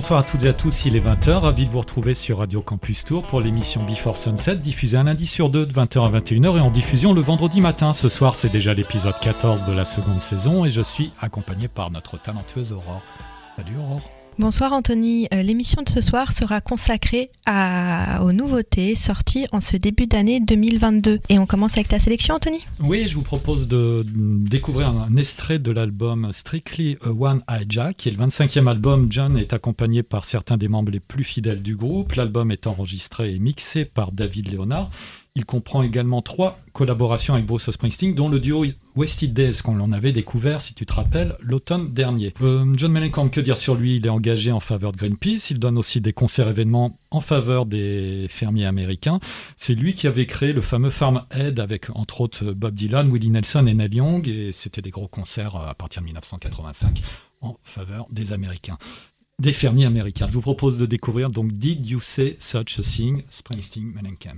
Bonsoir à toutes et à tous, il est 20h, ravi de vous retrouver sur Radio Campus Tour pour l'émission Before Sunset, diffusée un lundi sur deux de 20h à 21h et en diffusion le vendredi matin. Ce soir, c'est déjà l'épisode 14 de la seconde saison et je suis accompagné par notre talentueuse Aurore. Salut Aurore. Bonsoir Anthony, l'émission de ce soir sera consacrée aux nouveautés sorties en ce début d'année 2022. Et on commence avec ta sélection Anthony ? Oui, je vous propose de découvrir un extrait de l'album Strictly a One Eye Jack, qui est le 25e album. John est accompagné par certains des membres les plus fidèles du groupe. L'album est enregistré et mixé par David Leonard. Il comprend également 3 collaborations avec Bruce Springsteen, dont le duo Wasted Days, qu'on l'on avait découvert, si tu te rappelles, l'automne dernier. John Mellencamp, que dire sur lui ? Il est engagé en faveur de Greenpeace. Il donne aussi des concerts-événements en faveur des fermiers américains. C'est lui qui avait créé le fameux Farm Aid avec, entre autres, Bob Dylan, Willie Nelson et Neil Young. Et c'était des gros concerts à partir de 1985 en faveur des Américains. Des fermiers américains. Je vous propose de découvrir donc Did You Say Such a Thing, Springsteen Mellencamp.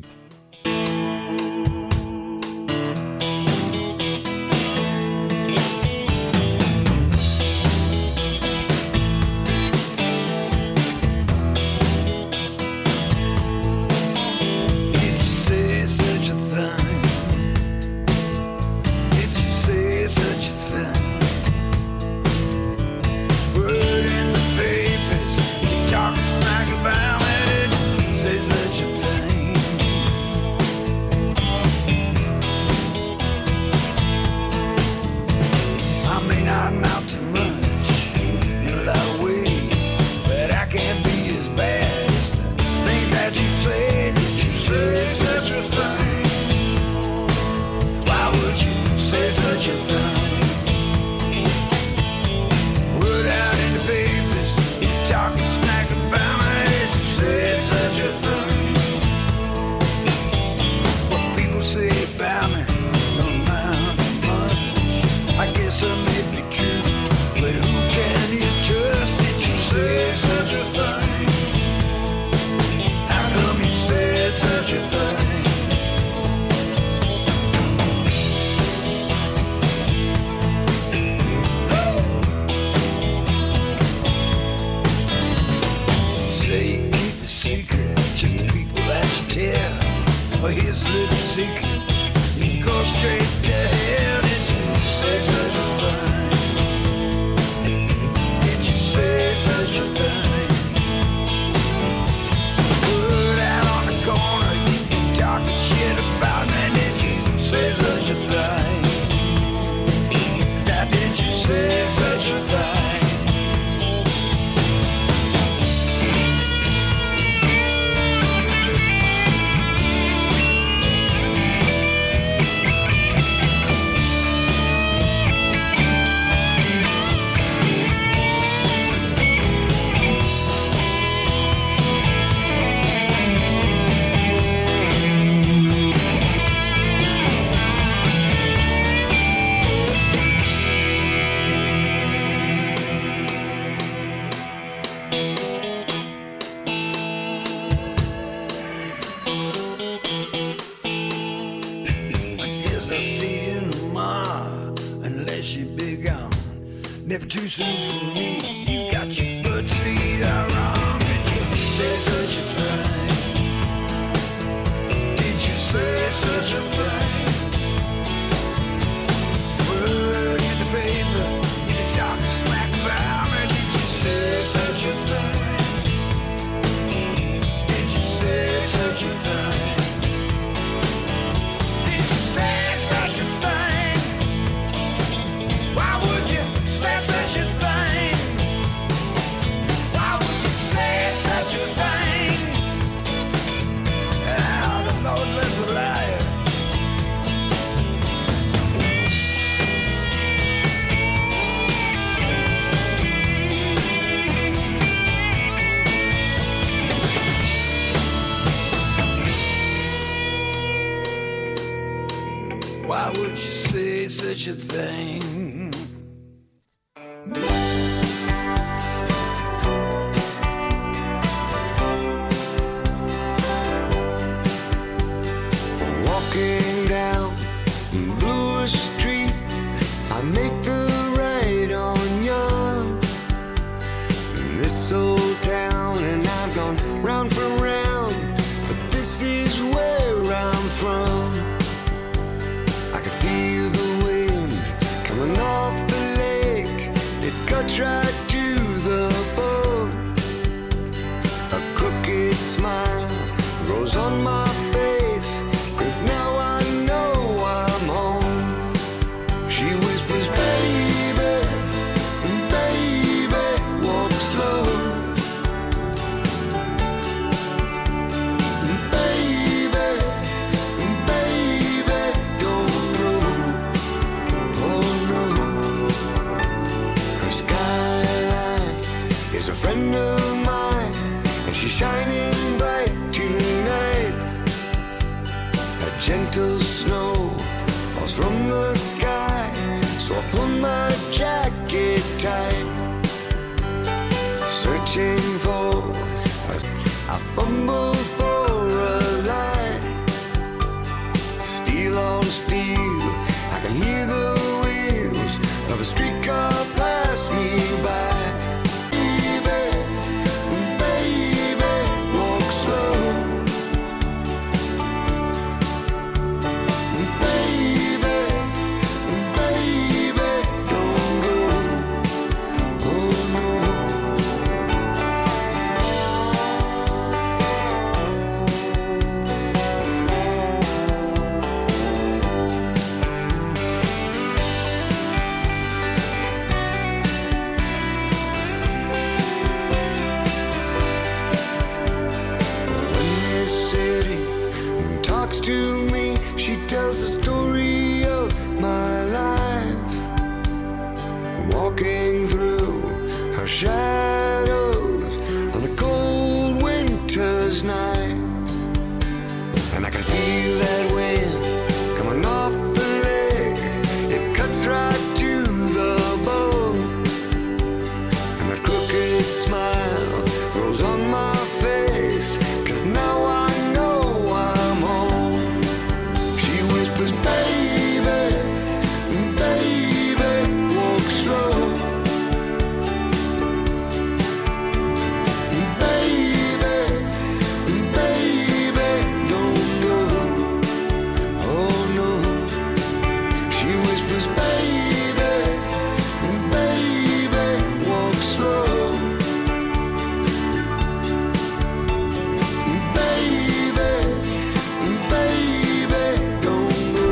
Why would you say such a thing? Walking down Bloor Street, I make the right on Young. This old town gentle snow falls from the sky, so I pull my jacket tight, searching for I fumble for a line, steel on steel, I can hear the wheels of a streetcar pass me by. To me, she tells the story of my life, walking through her shadows on a cold winter's night, and I can feel that wind coming off the leg, it cuts right to the bone, and that crooked smile grows on my face, 'cause now I know I'm home. Baby, baby, walk slow. Baby, baby, don't go. Oh no. She whispers, baby, baby, walk slow. Baby, baby, don't go.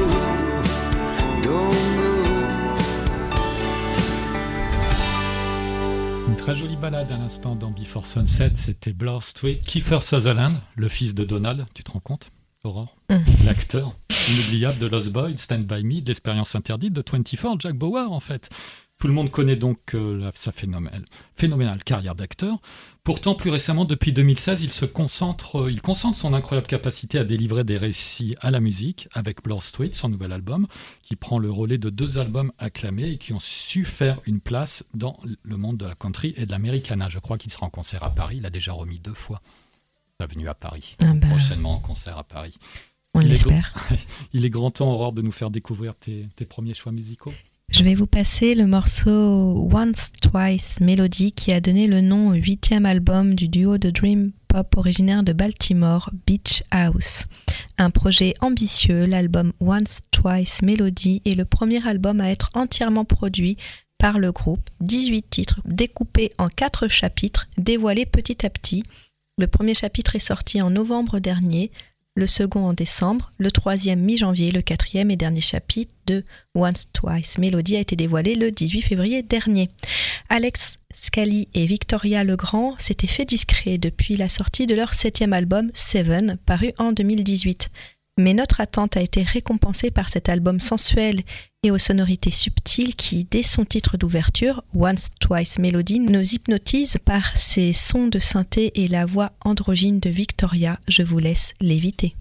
Une très jolie balade à l'instant dans Before Sunset, c'était Blur Street. Kiefer Sutherland, le fils de Donald, tu te rends compte, Aurore? L'acteur inoubliable de Lost Boys, Stand By Me, de l'Expérience Interdite, de 24, Jack Bauer en fait. Tout le monde connaît donc sa phénoménale carrière d'acteur. Pourtant, plus récemment, depuis 2016, il concentre son incroyable capacité à délivrer des récits à la musique avec Blur Street, son nouvel album, qui prend le relais de 2 albums acclamés et qui ont su faire une place dans le monde de la country et de l'americana. Je crois qu'il sera en concert à Paris. Il a déjà remis 2 fois sa venue à Paris. Prochainement en concert à Paris. On l'espère. Il est grand temps, Aurore, de nous faire découvrir tes premiers choix musicaux. Je vais vous passer le morceau Once Twice Melody qui a donné le nom au 8e album du duo de Dream Pop originaire de Baltimore, Beach House. Un projet ambitieux, l'album Once Twice Melody est le premier album à être entièrement produit par le groupe. 18 titres découpés en 4 chapitres, dévoilés petit à petit. Le premier chapitre est sorti en novembre dernier, le second en décembre, le troisième mi-janvier, le quatrième et dernier chapitre de Once Twice Melody a été dévoilé le 18 février dernier. Alex Scally et Victoria Legrand s'étaient fait discrets depuis la sortie de leur 7e album Seven, paru en 2018. Mais notre attente a été récompensée par cet album sensuel et aux sonorités subtiles qui, dès son titre d'ouverture, Once Twice Melody, nous hypnotise par ses sons de synthé et la voix androgyne de Victoria. Je vous laisse l'éviter.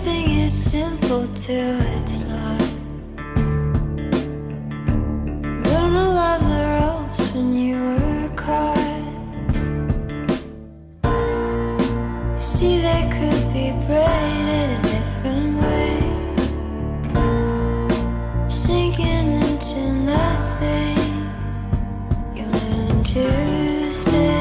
Everything is simple till it's not. Learn to love the ropes when you were caught. See, they could be braided a different way, sinking into nothing. You learn to stay.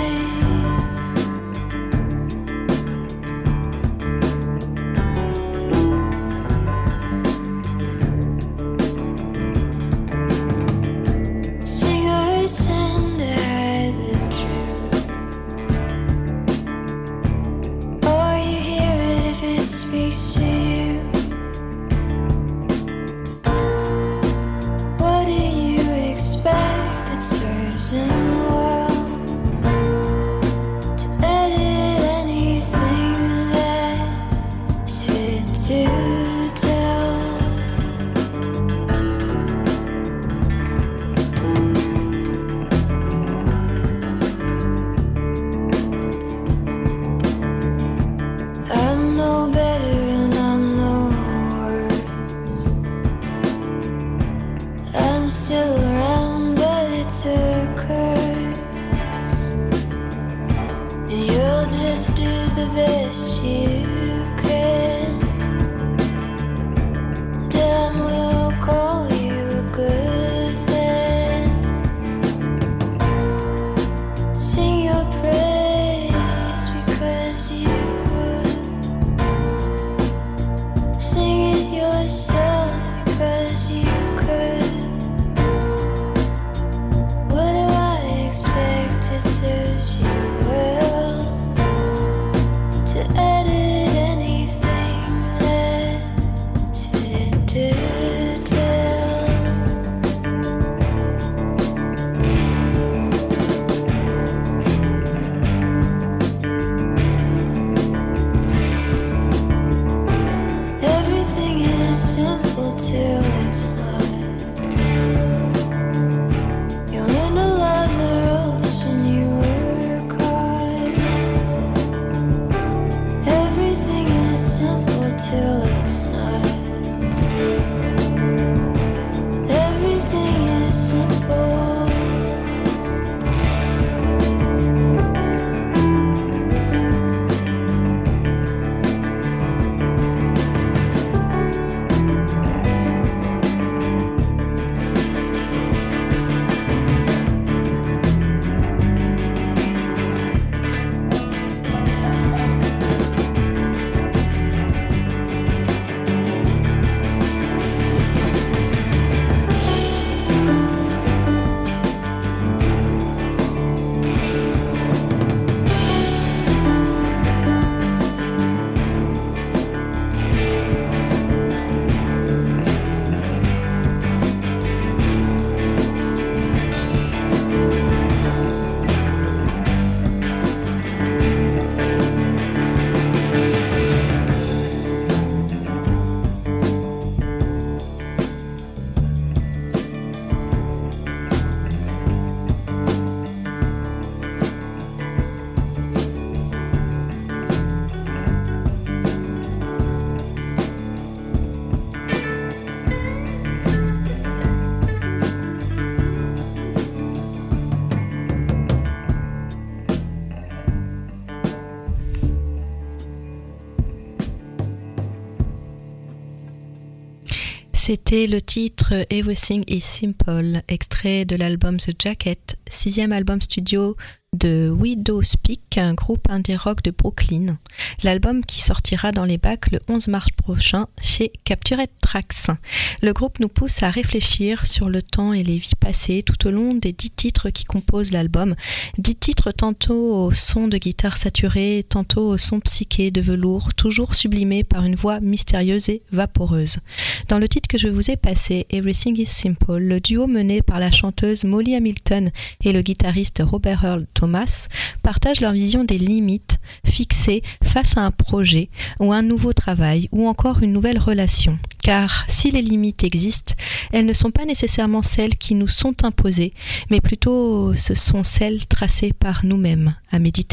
C'était le titre Everything is Simple, extrait de l'album The Jacket, 6e album studio de Widowspeak, un groupe indie rock de Brooklyn. L'album qui sortira dans les bacs le 11 mars prochain chez Captured Tracks. Le groupe nous pousse à réfléchir sur le temps et les vies passées tout au long des 10 titres qui composent l'album. 10 titres tantôt au son de guitare saturée, tantôt au son psyché de velours, toujours sublimés par une voix mystérieuse et vaporeuse. Dans le titre que je vous ai passé, Everything is Simple, le duo mené par la chanteuse Molly Hamilton et le guitariste Robert Earl Thomas partagent leur vision des limites fixées face à un projet ou un nouveau travail ou encore une nouvelle relation. Car si les limites existent, elles ne sont pas nécessairement celles qui nous sont imposées, mais plutôt ce sont celles tracées par nous-mêmes. À méditer.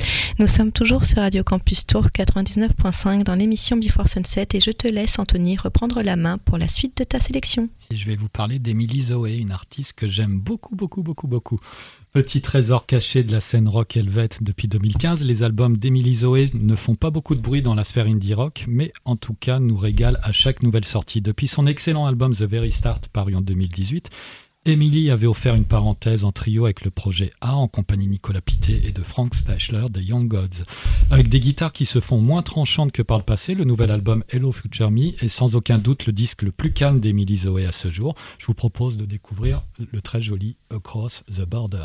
Nous sommes toujours sur Radio Campus Tours 99.5 dans l'émission Before Sunset et je te laisse, Anthony, reprendre la main pour la suite de ta sélection. Et je vais vous parler d'Emily Zoé, une artiste que j'aime beaucoup. Petit trésor caché de la scène rock helvète depuis 2015, les albums d'Emily Zoé ne font pas beaucoup de bruit dans la sphère indie rock, mais en tout cas nous régalent à chaque nouvelle sortie. Depuis son excellent album The Very Start paru en 2018, Emily avait offert une parenthèse en trio avec le projet A en compagnie de Nicolas Pittet et de Frank Steichler des Young Gods. Avec des guitares qui se font moins tranchantes que par le passé, le nouvel album Hello Future Me est sans aucun doute le disque le plus calme d'Emily Zoé à ce jour. Je vous propose de découvrir le très joli Across the Border.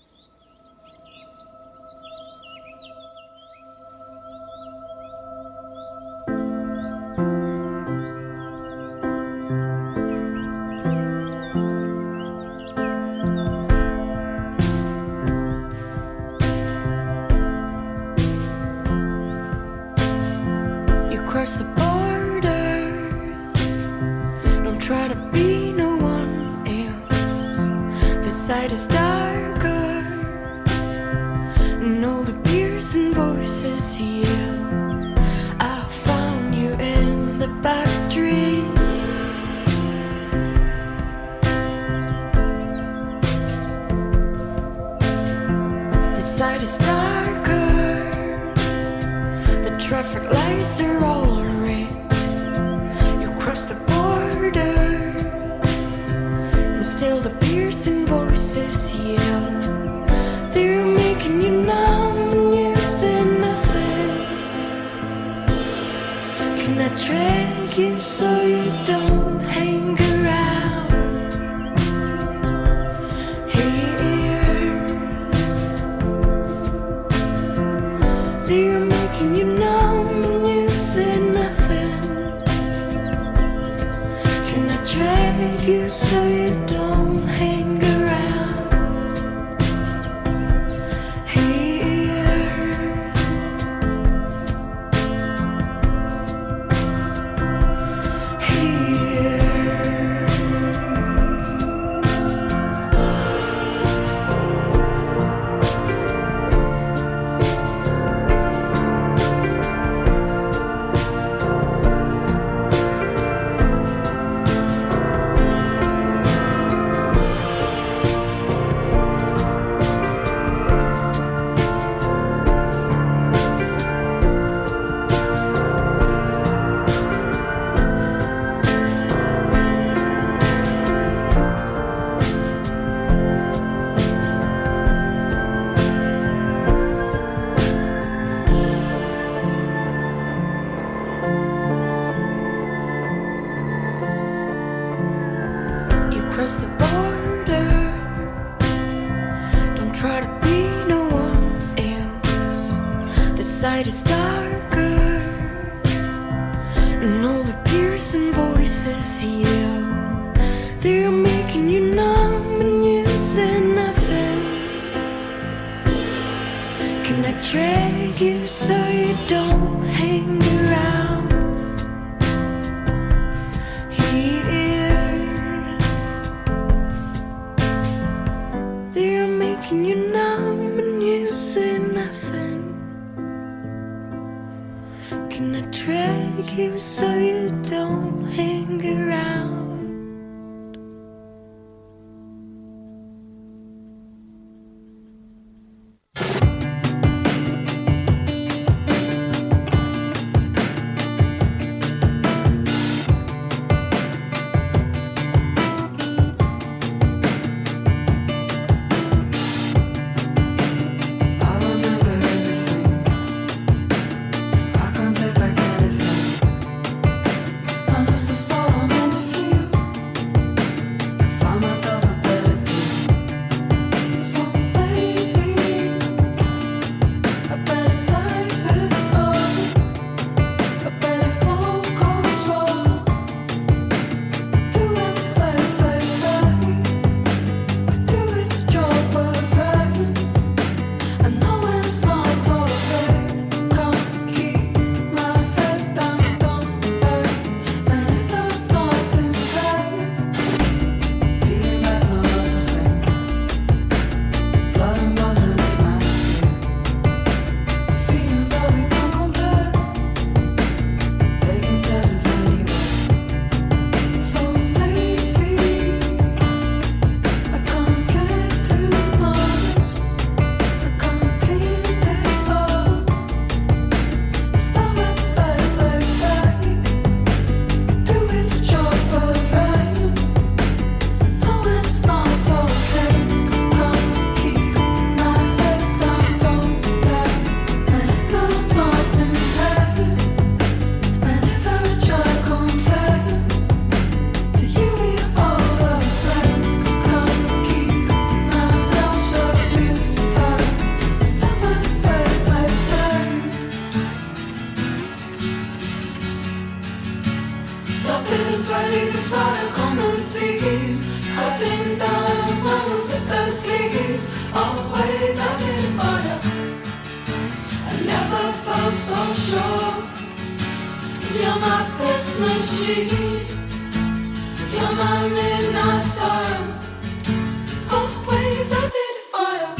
Across the border, don't try to be no one else. The side is darker, and all the piercing voices yell. I found you in the back street. The side is darker, the traffic lights are all red. You cross the border, and still the piercing voices yell. They're making you numb and you say nothing. Can I drag you so you don't hang around here? They're making you numb and you say nothing. Can I drag you so you don't hang around here? Here. You cross the border, don't try to be no one else. The sight is darker, and all the piercing voices yell. They're making you numb and you say nothing. Can I drag you so you don't hang around here? They're making you numb and you say nothing. Can I drag you so you don't hang around? I remember everything, so I can't take back anything. I must have thought I meant to feel. raised by the common thieves, hunting down models at their sleeves. Always I did fire. I never felt so sure. You're my best machine. You're my midnight sun. Always I did fire.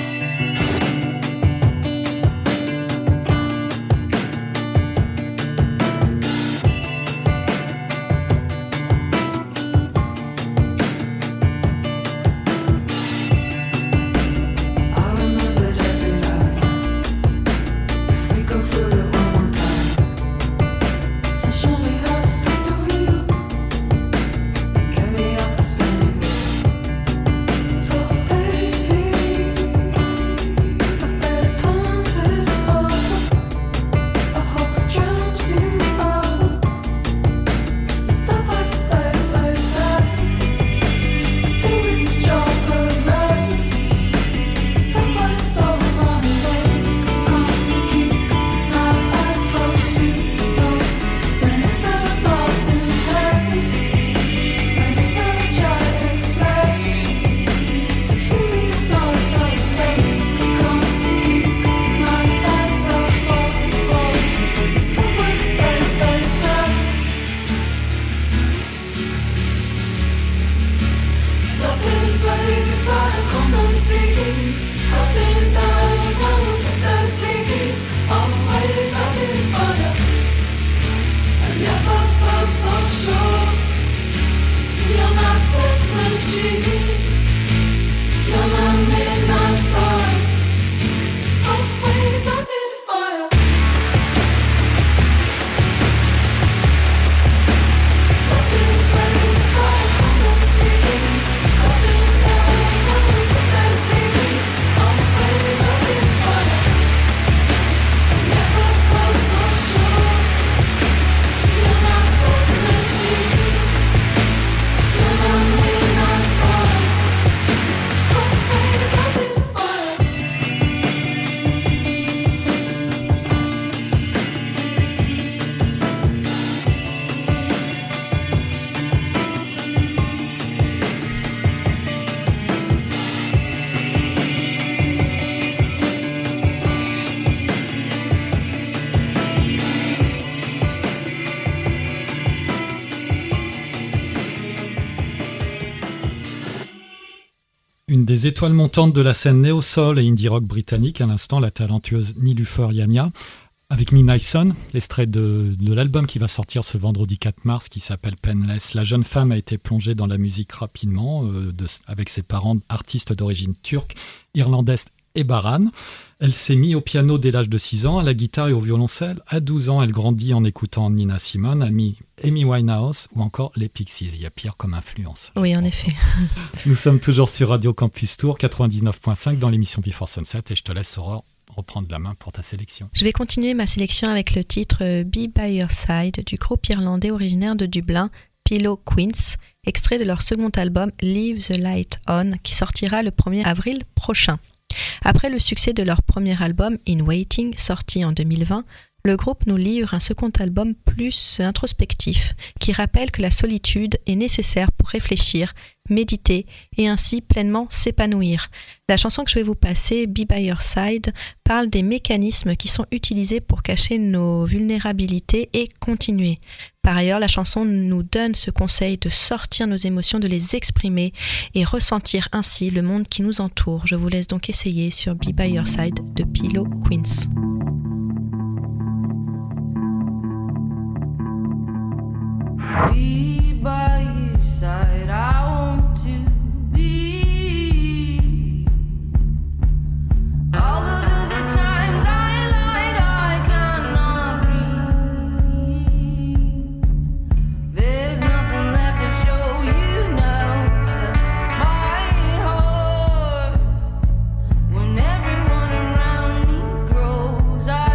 Une des étoiles montantes de la scène néo-soul et indie rock britannique, à l'instant la talentueuse Nilufer Yanya, avec Midnight Sun, extrait de l'album qui va sortir ce vendredi 4 mars qui s'appelle Painless. La jeune femme a été plongée dans la musique rapidement avec ses parents artistes d'origine turque, irlandaise et barane. Elle s'est mise au piano dès l'âge de 6 ans, à la guitare et au violoncelle. À 12 ans, elle grandit en écoutant Nina Simone, Amy Winehouse ou encore les Pixies. Il y a pire comme influence. Oui, en effet. Nous sommes toujours sur Radio Campus Tour 99.5 dans l'émission Before Sunset et je te laisse, Aurore, reprendre la main pour ta sélection. Je vais continuer ma sélection avec le titre Be By Your Side du groupe irlandais originaire de Dublin, Pillow Queens, extrait de leur second album Leave the Light On qui sortira le 1er avril prochain. Après le succès de leur premier album In Waiting, sorti en 2020, le groupe nous livre un second album plus introspectif qui rappelle que la solitude est nécessaire pour réfléchir, méditer et ainsi pleinement s'épanouir. La chanson que je vais vous passer, Be By Your Side, parle des mécanismes qui sont utilisés pour cacher nos vulnérabilités et continuer. Par ailleurs, la chanson nous donne ce conseil de sortir nos émotions, de les exprimer et ressentir ainsi le monde qui nous entoure. Je vous laisse donc essayer sur Be By Your Side de Pillow Queens. Be by your side, I want to be. All those other times I lied, I cannot breathe. There's nothing left to show you now except my heart. When everyone around me grows, I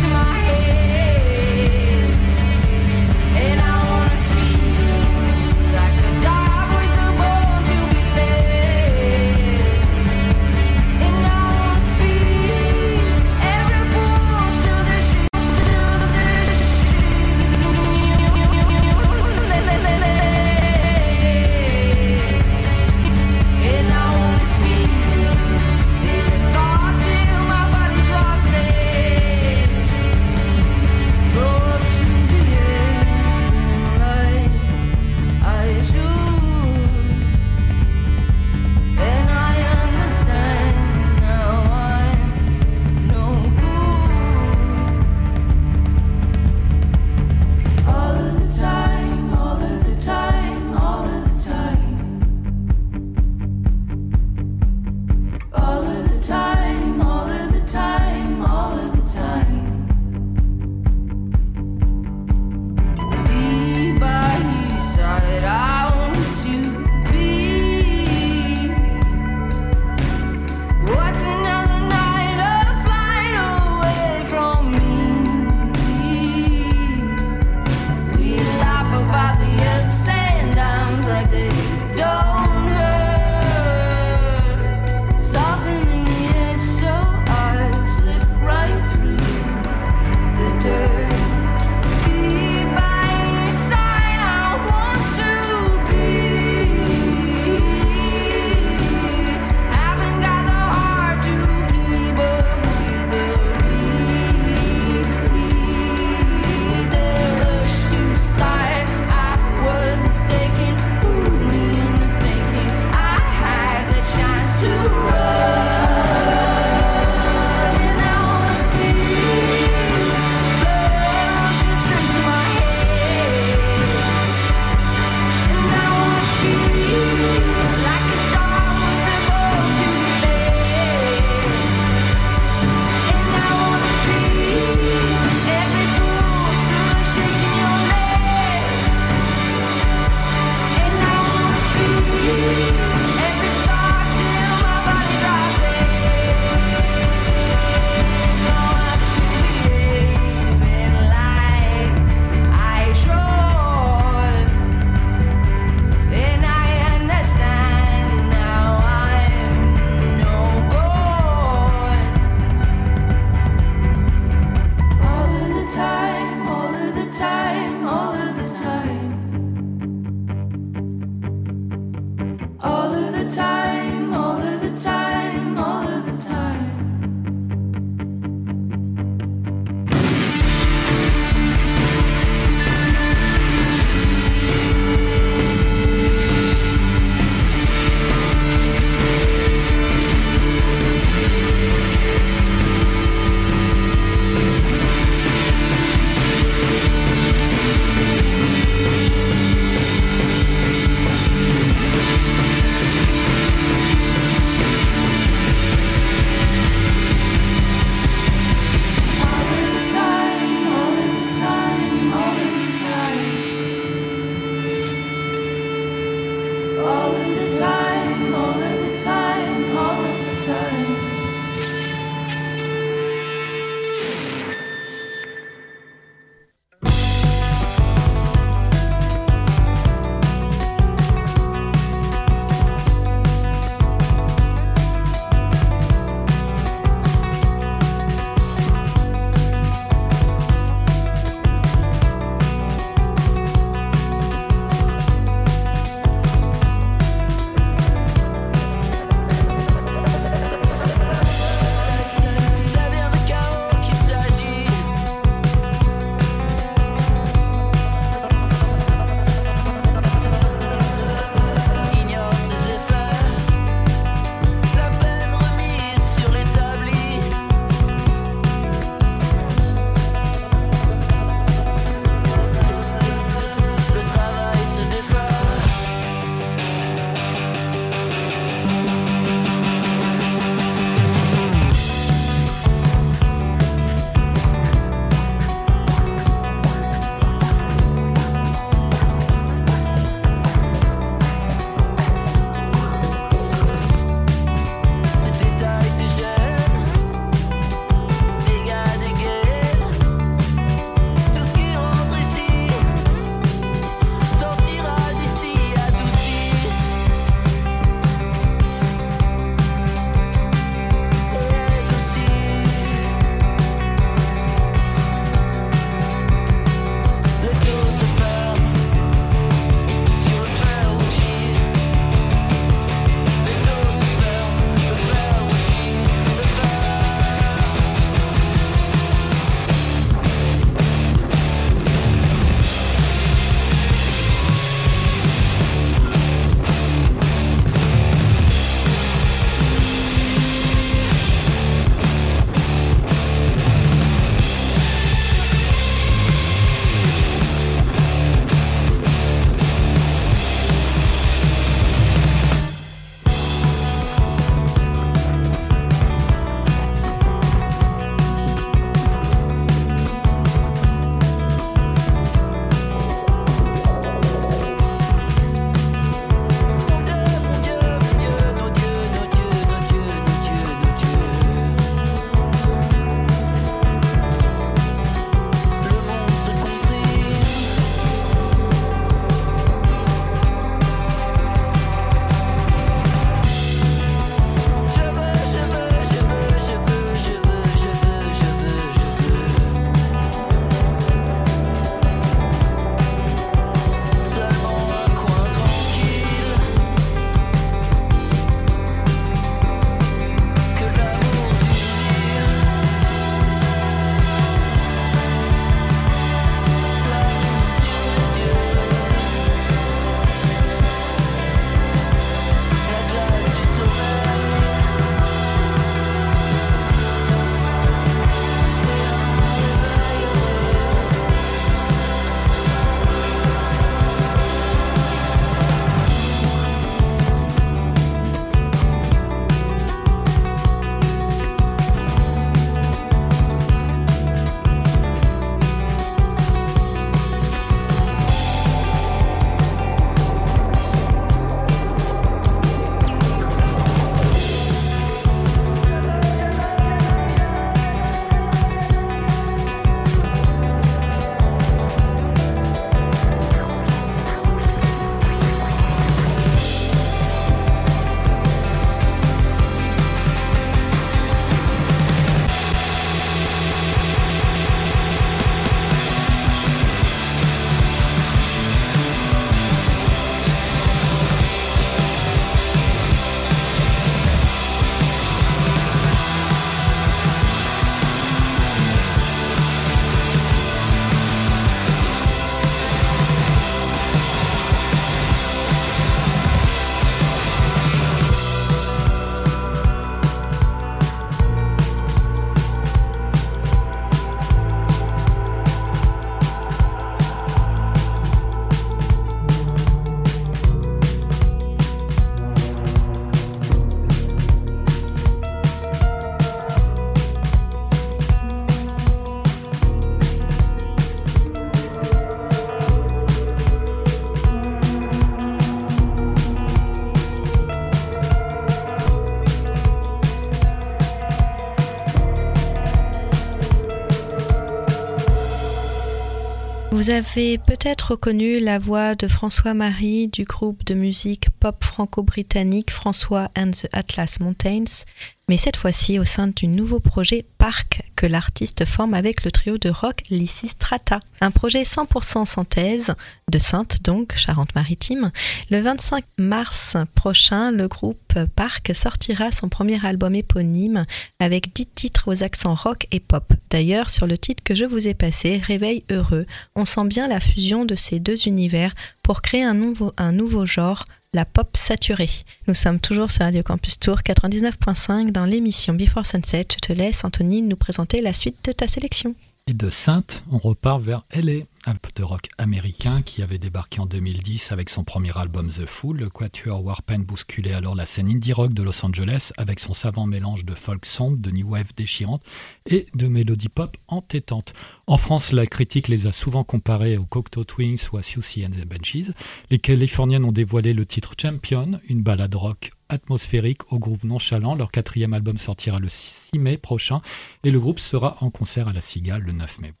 Vous avez peut-être reconnu la voix de François-Marie du groupe de musique pop franco-britannique François and the Atlas Mountains, mais cette fois-ci au sein du nouveau projet Parc que l'artiste forme avec le trio de rock Lysistrata. Un projet 100% synthèse, de Saintes donc, Charente-Maritime. Le 25 mars prochain, le groupe Parc sortira son premier album éponyme avec 10 titres aux accents rock et pop. D'ailleurs, sur le titre que je vous ai passé, Réveil heureux, on sent bien la fusion de ces deux univers pour créer un nouveau genre, la pop saturée. Nous sommes toujours sur Radio Campus Tour 99.5 dans l'émission Before Sunset. Je te laisse, Anthony, nous présenter la suite de ta sélection. Et de Saintes, on repart vers LA, un groupe de rock américain qui avait débarqué en 2010 avec son premier album The Fool. Le quatuor Warpaint bousculait alors la scène indie rock de Los Angeles avec son savant mélange de folk sombre, de new wave déchirante et de mélodie pop entêtante. En France, la critique les a souvent comparés aux Cocteau Twins ou à Siouxsie and the Banshees. Les Californiennes ont dévoilé le titre Champion, une ballade rock atmosphérique au groove nonchalant. Leur 4e album sortira le 6 mai prochain et le groupe sera en concert à la Cigale le 9 mai.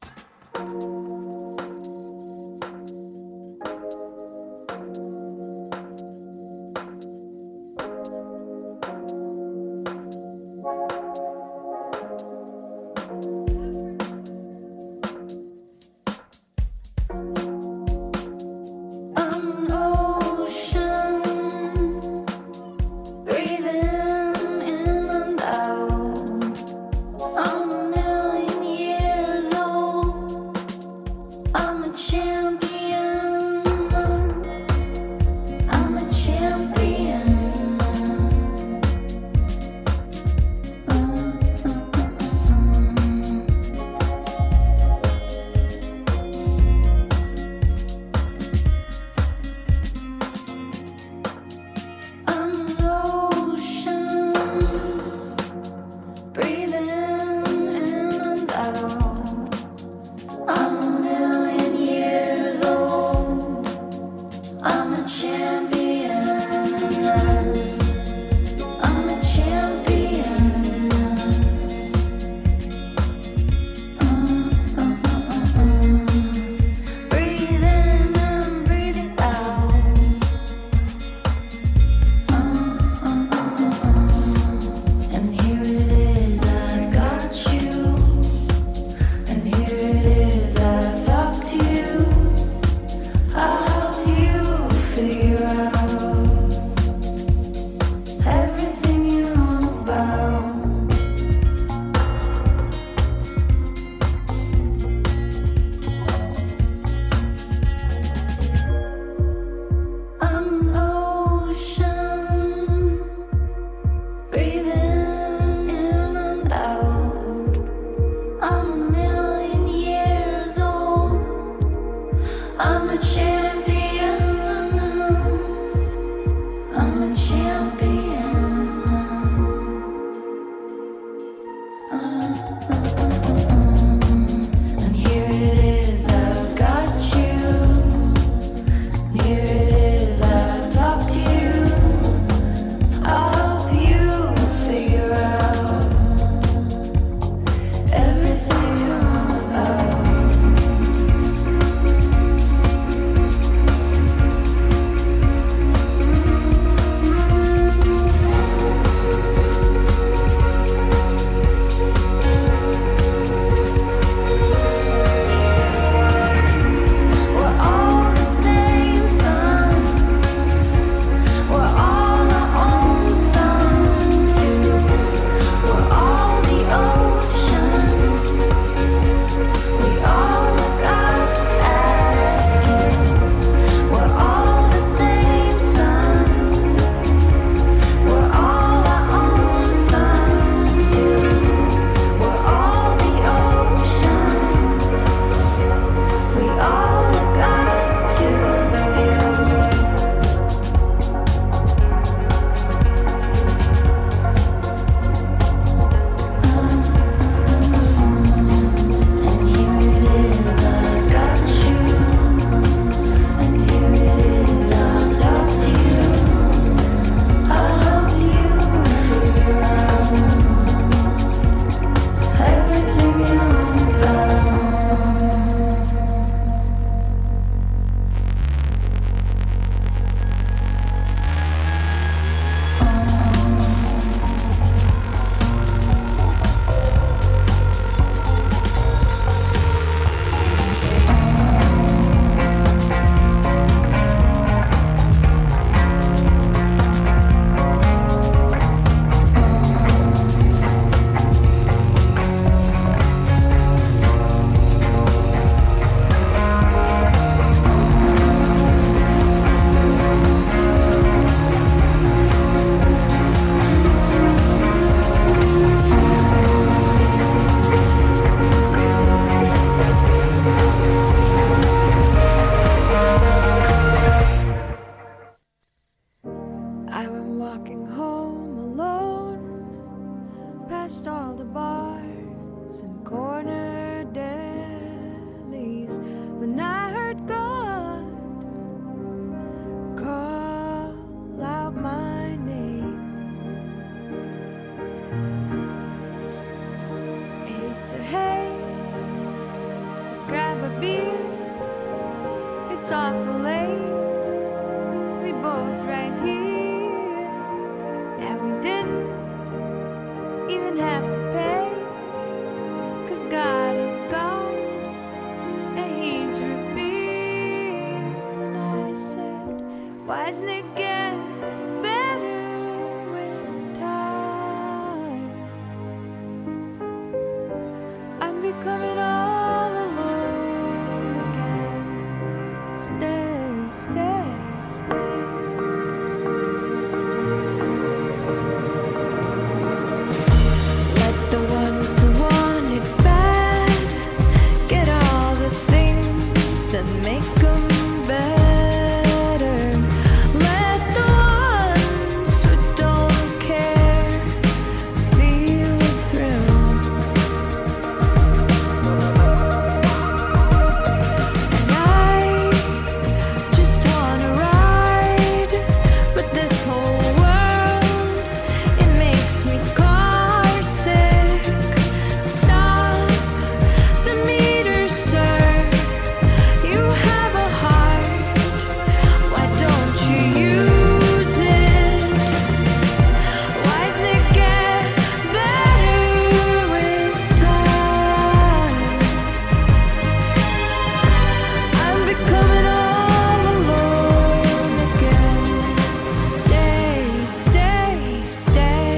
I'm a million years old. past all the bars and corner delis, when I heard God call out my name. And he said, hey, let's grab a beer, it's awful late, we both right here, and we didn't even have to pay, 'cause God is God and He's revealed. And I said, why doesn't it get better with time? I'm becoming all alone again. Stay, stay, stay. Let the ones who want it bad get all the things that make them better. Let the ones who don't care feel the thrill. And I just wanna ride, but this whole world, it makes me car sick. Stop the meter, sir. You have a heart, why don't you use it? Why doesn't it get better with time? I'm becoming all alone again. Stay, stay, stay.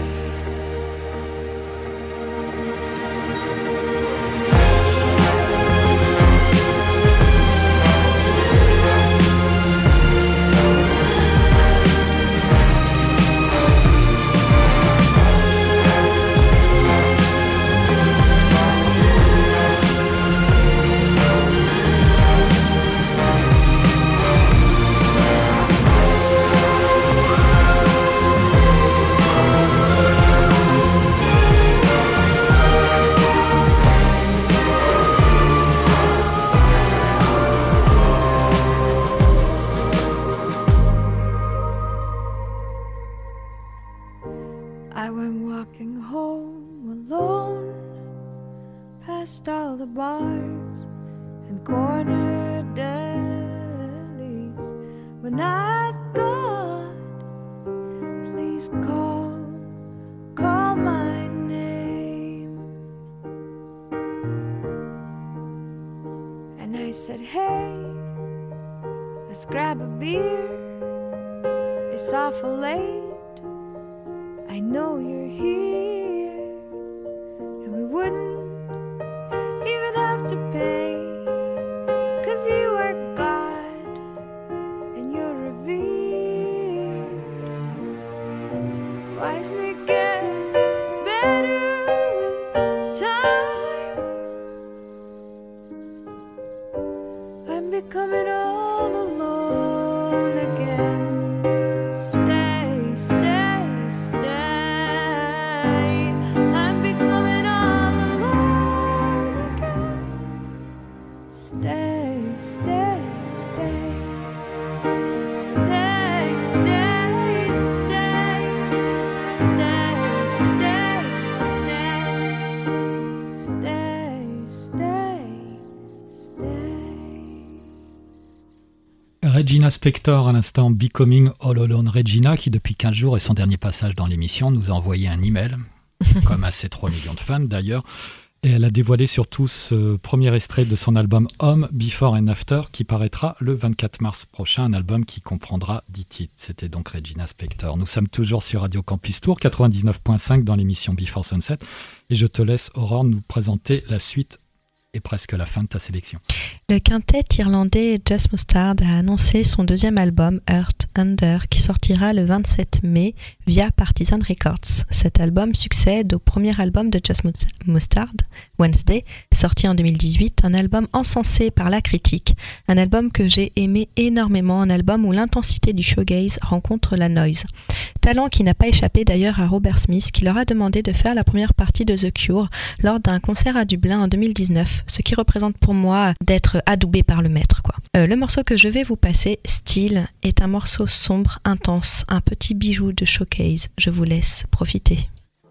I went walking home alone, past all the bars and corner delis, when I asked God, please call my name. And I said, hey, let's grab a beer, it's awful late, I know you're here, and we wouldn't even have to pay, 'cause you are God and you're revered. Why doesn't it get better with time? I'm becoming all alone again. Stay, stay, stay. I'm becoming all alone again. Stay, stay, stay. Stay, stay, stay. Stay, stay, stay. Stay, stay, stay. Regina Spektor, à l'instant Becoming All Alone Regina, qui depuis 15 jours et son dernier passage dans l'émission nous a envoyé un email, comme à ses 3 millions de fans d'ailleurs, et elle a dévoilé surtout ce premier extrait de son album Home, Before and After, qui paraîtra le 24 mars prochain, un album qui comprendra 10 titres. C'était donc Regina Spektor. Nous sommes toujours sur Radio Campus Tour, 99.5 dans l'émission Before Sunset, et je te laisse, Aurore, nous présenter la suite est presque la fin de ta sélection. Le quintet irlandais Just Mustard a annoncé son deuxième album Earth Under qui sortira le 27 mai via Partisan Records. Cet album succède au premier album de Just Mustard, Wednesday, sorti en 2018, un album encensé par la critique, un album que j'ai aimé énormément, un album où l'intensité du shoegaze rencontre la noise. Talent qui n'a pas échappé d'ailleurs à Robert Smith qui leur a demandé de faire la première partie de The Cure lors d'un concert à Dublin en 2019, ce qui représente pour moi d'être adoubé par le maître, quoi. Le morceau que je vais vous passer, Still, est un morceau sombre, intense, un petit bijou de showcase. Je vous laisse profiter.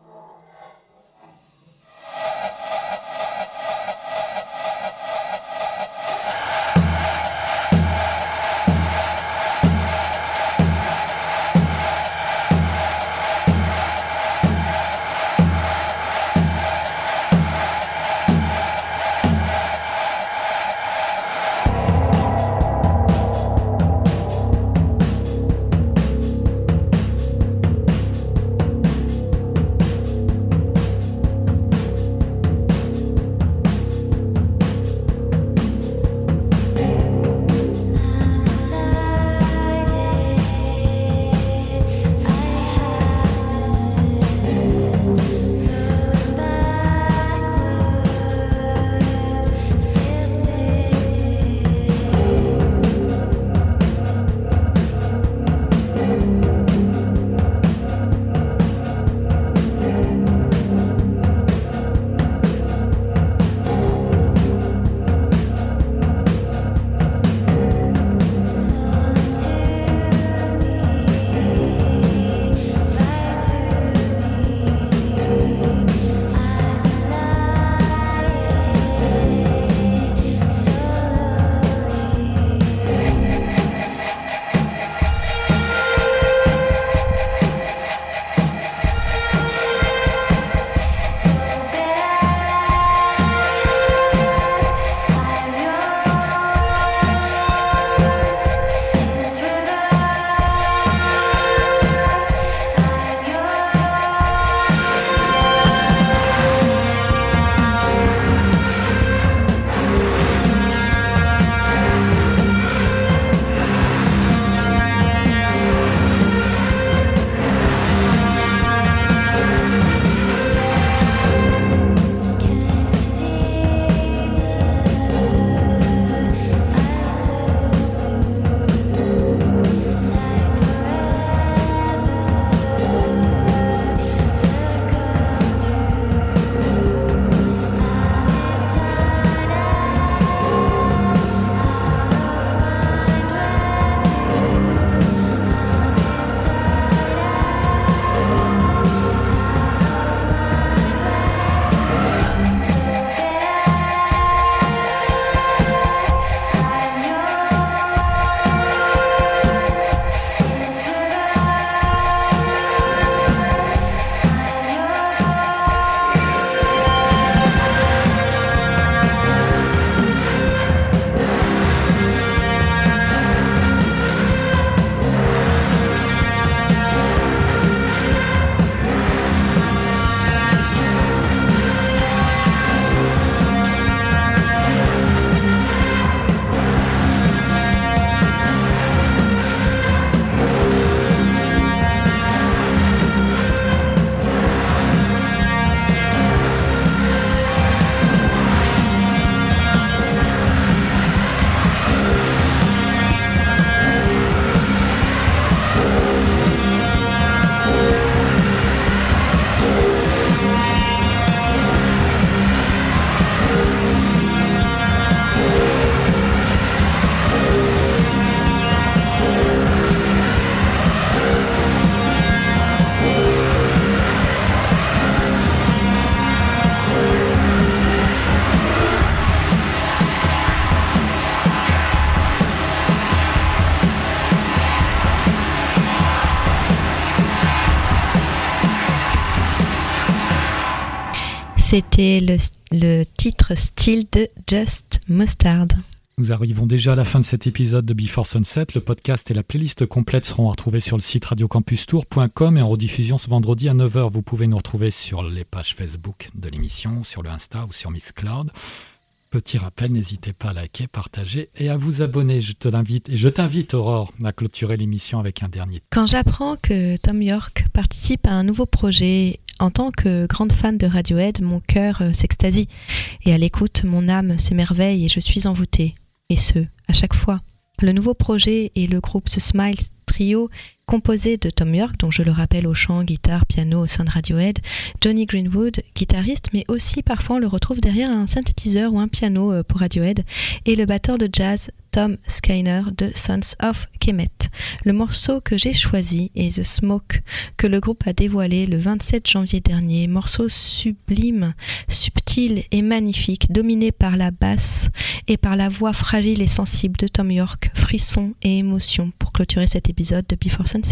C'était le titre Still de Just Mustard. Nous arrivons déjà à la fin de cet épisode de Before Sunset. Le podcast et la playlist complète seront retrouvés sur le site radiocampustour.com et en rediffusion ce vendredi à 9h. Vous pouvez nous retrouver sur les pages Facebook de l'émission, sur le Insta ou sur Miss Cloud. Petit rappel, n'hésitez pas à liker, partager et à vous abonner. Je t'invite, Aurore, à clôturer l'émission avec un dernier. Quand j'apprends que Thom Yorke participe à un nouveau projet, en tant que grande fan de Radiohead, mon cœur s'extasie. Et à l'écoute, mon âme s'émerveille et je suis envoûtée. Et ce, à chaque fois. Le nouveau projet est le groupe The Smile Trio, composé de Thom Yorke, dont je le rappelle au chant, guitare, piano au sein de Radiohead, Johnny Greenwood, guitariste, mais aussi parfois on le retrouve derrière un synthétiseur ou un piano pour Radiohead, et le batteur de jazz Tom Skinner de Sons of Kemet. Le morceau que j'ai choisi est The Smoke, que le groupe a dévoilé le 27 janvier dernier, morceau sublime, subtil et magnifique, dominé par la basse et par la voix fragile et sensible de Thom Yorke, frisson et émotion pour clôturer cet épisode de Before Sunset.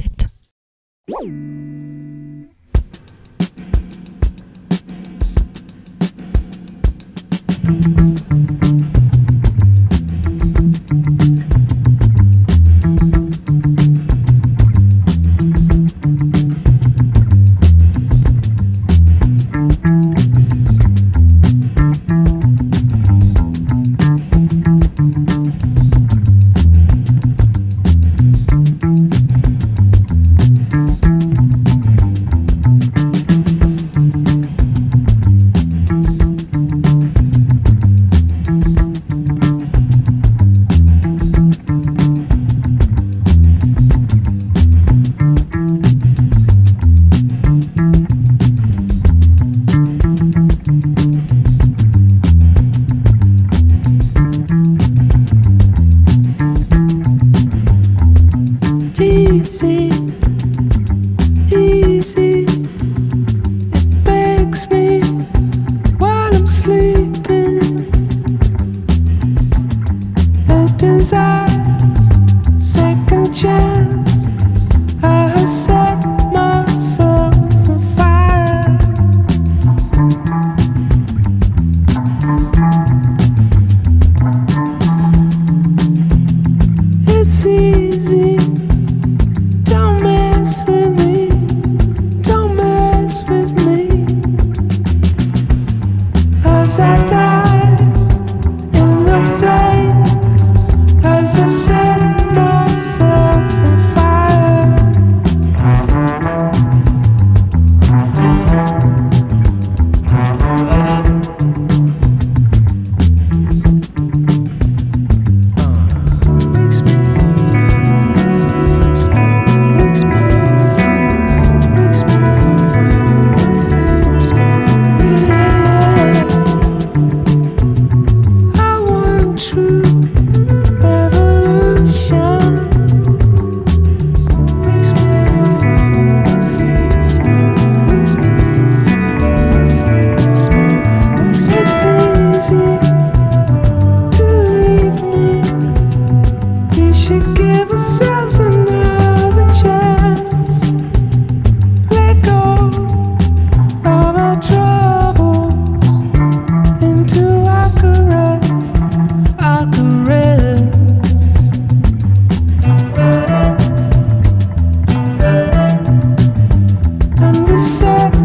And we said